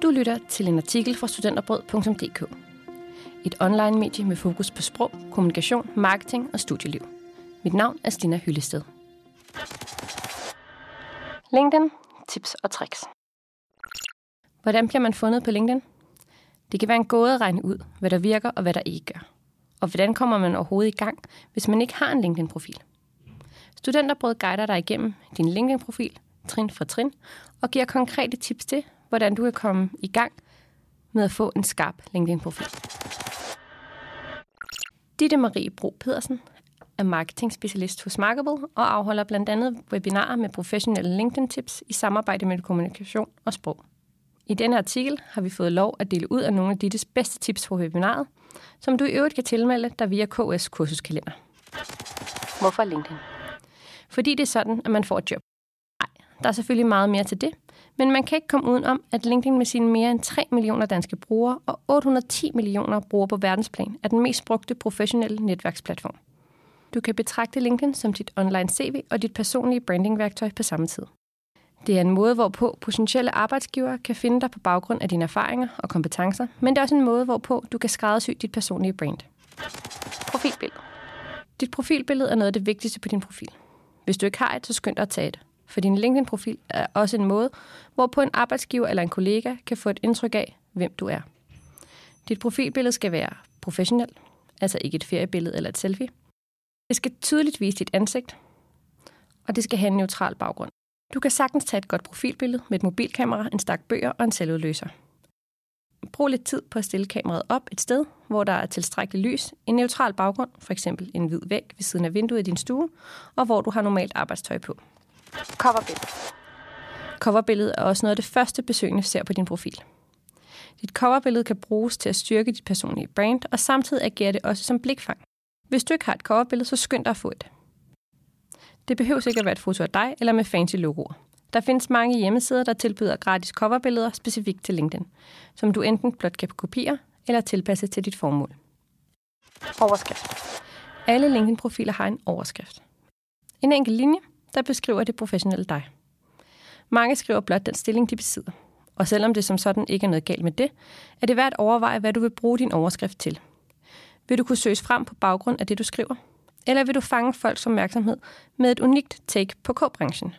Du lytter til en artikel fra studenterbrød.dk. Et online-medie med fokus på sprog, kommunikation, marketing og studieliv. Mit navn er Stina Hyllested. LinkedIn, tips og tricks. Hvordan bliver man fundet på LinkedIn? Det kan være en gåde at regne ud, hvad der virker og hvad der ikke gør. Og hvordan kommer man overhovedet i gang, hvis man ikke har en LinkedIn-profil? Studenterbrød guider dig igennem din LinkedIn-profil, trin for trin, og giver konkrete tips til, hvordan du kan komme i gang med at få en skarp LinkedIn-profil. Ditte Marie Bro Pedersen er marketingspecialist hos Markable og afholder blandt andet webinarer med professionelle LinkedIn-tips i samarbejde med kommunikation og sprog. I denne artikel har vi fået lov at dele ud af nogle af Dittes bedste tips for webinaret, som du i øvrigt kan tilmelde dig via KS kursuskalender. Hvorfor LinkedIn? Fordi det er sådan, at man får et job. Nej, der er selvfølgelig meget mere til det, men man kan ikke komme udenom, at LinkedIn med sine mere end 3 millioner danske brugere og 810 millioner brugere på verdensplan er den mest brugte professionelle netværksplatform. Du kan betragte LinkedIn som dit online CV og dit personlige brandingværktøj på samme tid. Det er en måde, hvorpå potentielle arbejdsgivere kan finde dig på baggrund af dine erfaringer og kompetencer, men det er også en måde, hvorpå du kan skræddersy dit personlige brand. Profilbillede. Dit profilbillede er noget af det vigtigste på din profil. Hvis du ikke har et, så skynd dig at tage et. For din LinkedIn-profil er også en måde, hvorpå en arbejdsgiver eller en kollega kan få et indtryk af, hvem du er. Dit profilbillede skal være professionelt, altså ikke et feriebillede eller et selfie. Det skal tydeligt vise dit ansigt, og det skal have en neutral baggrund. Du kan sagtens tage et godt profilbillede med et mobilkamera, en stak bøger og en selvudløser. Brug lidt tid på at stille kameraet op et sted, hvor der er tilstrækkeligt lys, en neutral baggrund, f.eks. en hvid væg ved siden af vinduet i din stue, og hvor du har normalt arbejdstøj på. Coverbillede. Coverbilledet er også noget af det første besøgende ser på din profil. Dit coverbillede kan bruges til at styrke dit personlige brand, og samtidig agerer det også som blikfang. Hvis du ikke har et coverbillede, så skynd dig at få et. Det behøver ikke at være et foto af dig eller med fancy logoer. Der findes mange hjemmesider, der tilbyder gratis coverbilleder specifikt til LinkedIn, som du enten blot kan kopiere eller tilpasse til dit formål. Overskrift. Alle LinkedIn-profiler har en overskrift. En enkelt linje, der beskriver det professionelle dig. Mange skriver blot den stilling, de besidder. Og selvom det som sådan ikke er noget galt med det, er det værd at overveje, hvad du vil bruge din overskrift til. Vil du kunne søges frem på baggrund af det, du skriver? Eller vil du fange folks opmærksomhed med et unikt take på K-branchen?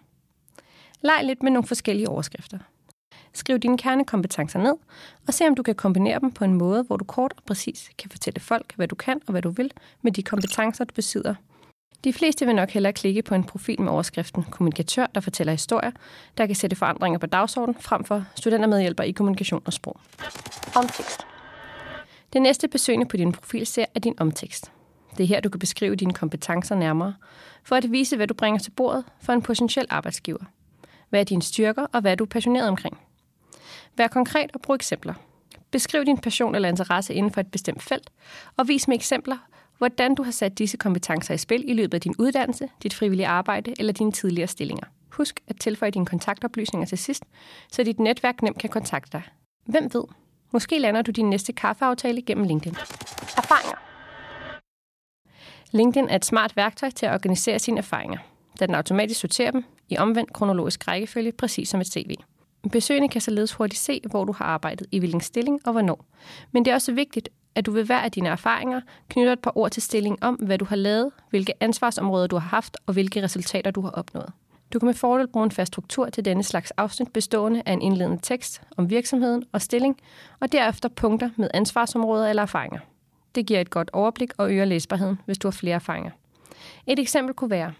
Leg lidt med nogle forskellige overskrifter. Skriv dine kernekompetencer ned, og se om du kan kombinere dem på en måde, hvor du kort og præcis kan fortælle folk, hvad du kan og hvad du vil med de kompetencer, du besidder. De fleste vil nok hellere klikke på en profil med overskriften kommunikatør, der fortæller historier, der kan sætte forandringer på dagsordenen, frem for studentermedhjælper i kommunikation og sprog. Omtekst. Det næste besøgende på din profil ser er din omtekst. Det er her, du kan beskrive dine kompetencer nærmere, for at vise, hvad du bringer til bordet for en potentiel arbejdsgiver. Hvad er dine styrker, og hvad er du passioneret omkring? Vær konkret og brug eksempler. Beskriv din passion eller interesse inden for et bestemt felt, og vis med eksempler, hvordan du har sat disse kompetencer i spil i løbet af din uddannelse, dit frivillige arbejde eller dine tidligere stillinger. Husk at tilføje dine kontaktoplysninger til sidst, så dit netværk nemt kan kontakte dig. Hvem ved? Måske lander du din næste kaffeaftale gennem LinkedIn. Erfaringer. LinkedIn er et smart værktøj til at organisere sine erfaringer, da den automatisk sorterer dem i omvendt kronologisk rækkefølge, præcis som et CV. Besøgende kan således hurtigt se, hvor du har arbejdet, i hvilken stilling og hvornår. Men det er også vigtigt, at du ved hver af dine erfaringer knytter et par ord til stillingen om, hvad du har lavet, hvilke ansvarsområder du har haft og hvilke resultater du har opnået. Du kan med fordel bruge en fast struktur til denne slags afsnit bestående af en indledende tekst om virksomheden og stilling, og derefter punkter med ansvarsområder eller erfaringer. Det giver et godt overblik og øger læsbarheden, hvis du har flere erfaringer. Et eksempel kunne være: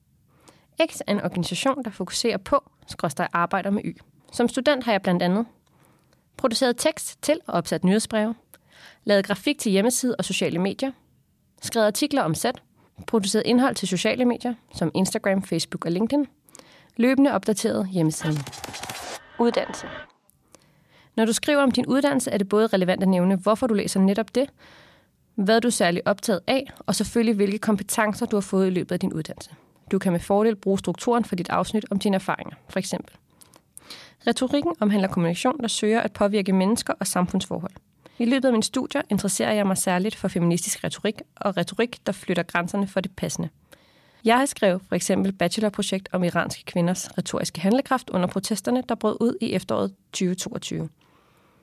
X er en organisation, der fokuserer på arbejder med Y. Som student har jeg blandt andet produceret tekst til og opsat nyhedsbreve, lavet grafik til hjemmeside og sociale medier, skrevet artikler om sæt, produceret indhold til sociale medier som Instagram, Facebook og LinkedIn, løbende opdateret hjemmesiden. Uddannelse. Når du skriver om din uddannelse, er det både relevant at nævne, hvorfor du læser netop det, hvad du er særligt optaget af, og selvfølgelig hvilke kompetencer du har fået i løbet af din uddannelse. Du kan med fordel bruge strukturen for dit afsnit om dine erfaringer, for eksempel. Retorikken omhandler kommunikation, der søger at påvirke mennesker og samfundsforhold. I løbet af min studier interesserer jeg mig særligt for feministisk retorik og retorik, der flytter grænserne for det passende. Jeg har skrevet for eksempel bachelorprojekt om iranske kvinders retoriske handlekraft under protesterne, der brød ud i efteråret 2022.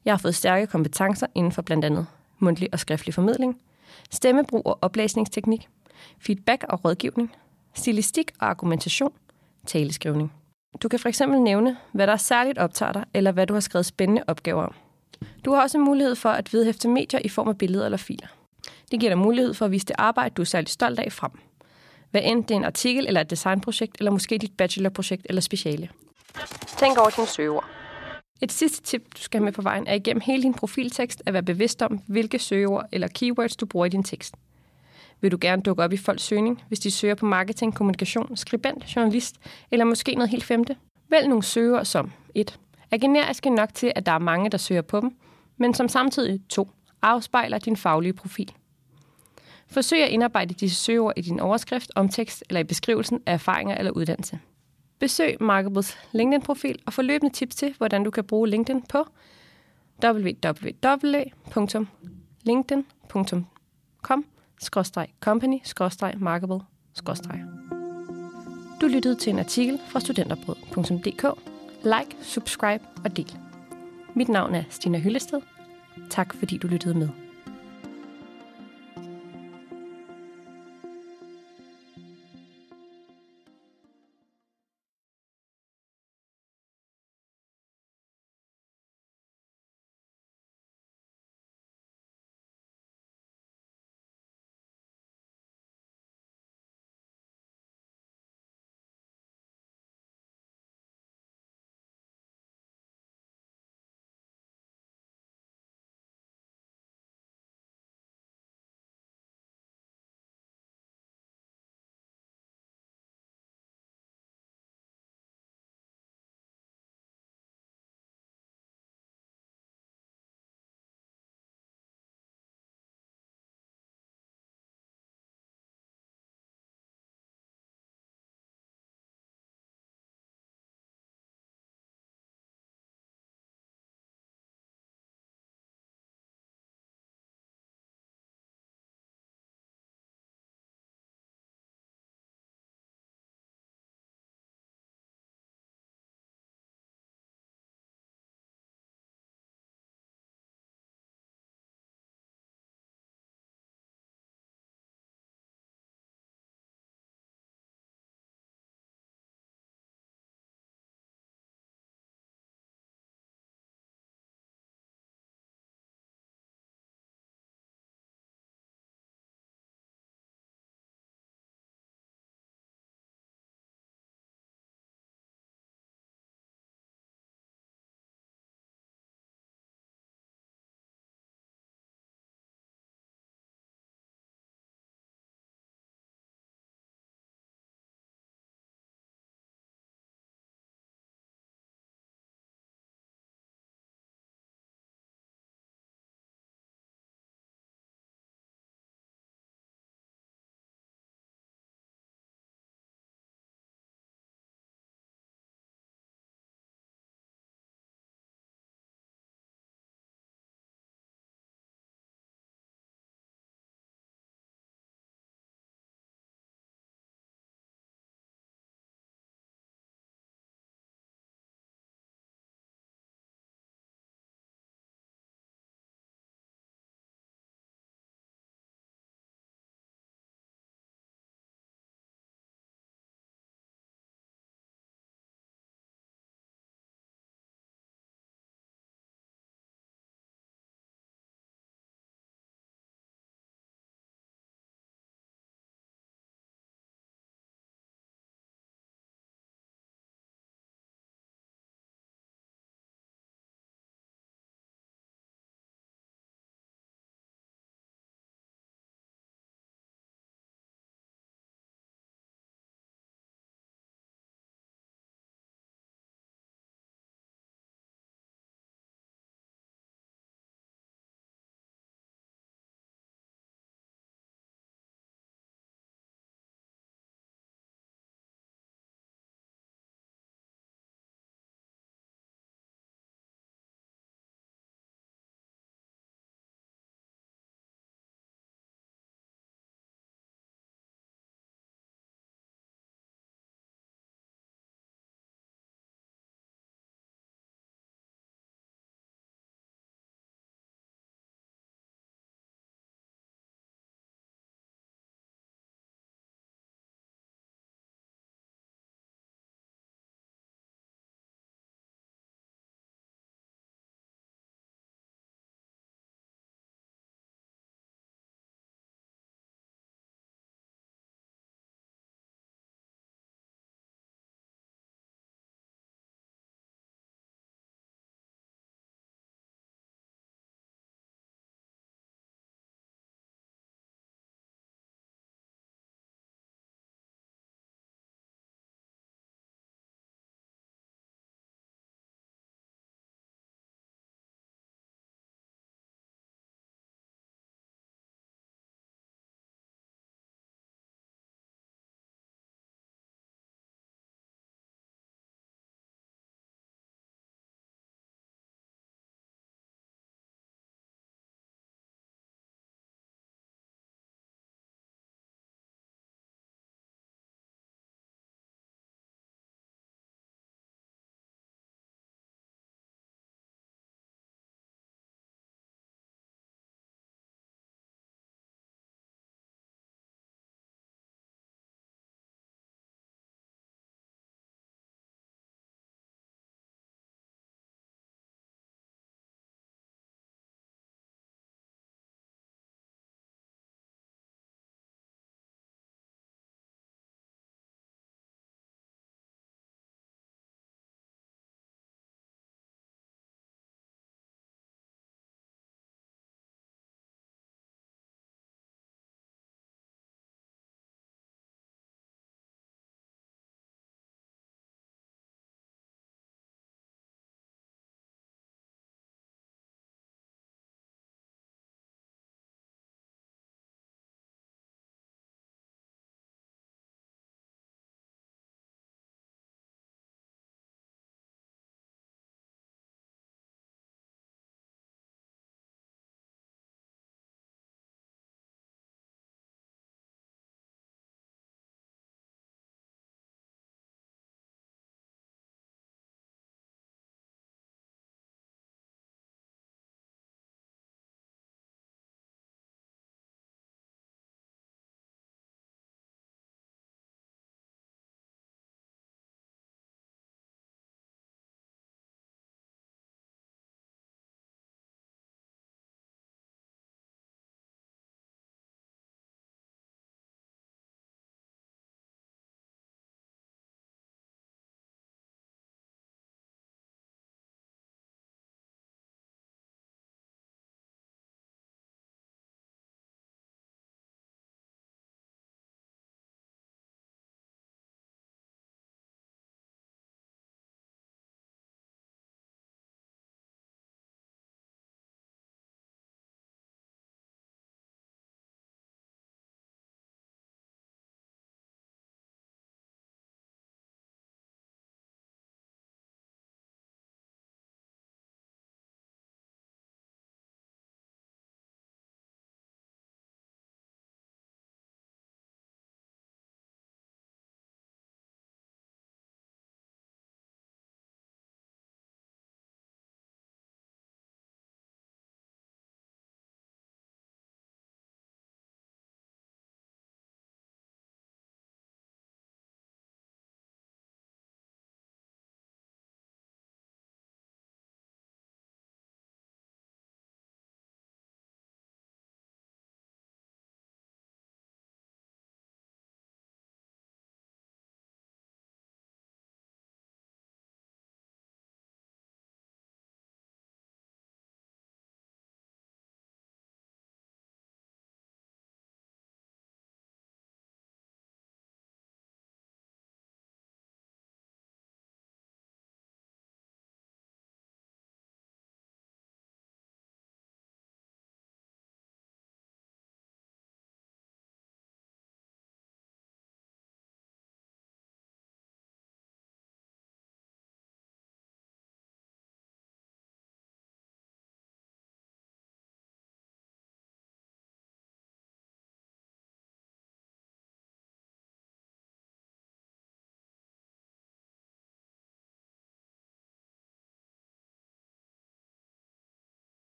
Jeg har fået stærke kompetencer inden for blandt andet mundtlig og skriftlig formidling, stemmebrug og oplæsningsteknik, feedback og rådgivning, stilistik og argumentation, taleskrivning. Du kan fx nævne, hvad der særligt optager dig, eller hvad du har skrevet spændende opgaver om. Du har også mulighed for at vedhæfte medier i form af billeder eller filer. Det giver dig mulighed for at vise det arbejde, du er særligt stolt af frem. Hvad end det er en artikel eller et designprojekt, eller måske dit bachelorprojekt eller speciale. Tænk over dine søgeord. Et sidste tip, du skal have med på vejen, er igennem hele din profiltekst at være bevidst om, hvilke søgeord eller keywords du bruger i din tekst. Vil du gerne dukke op i folks søgning, hvis de søger på marketing, kommunikation, skribent, journalist eller måske noget helt femte? Vælg nogle søgeord som 1. Er generiske nok til, at der er mange, der søger på dem, men som samtidig 2. afspejler din faglige profil. Forsøg at indarbejde disse søgeord i din overskrift, omtekst eller i beskrivelsen af erfaringer eller uddannelse. Besøg Markables LinkedIn-profil og få løbende tips til, hvordan du kan bruge LinkedIn på www.linkedin.com/company/markable/. Du lyttede til en artikel fra studenterbrød.dk. Like, subscribe og del. Mit navn er Stina Hyllested. Tak fordi du lyttede med.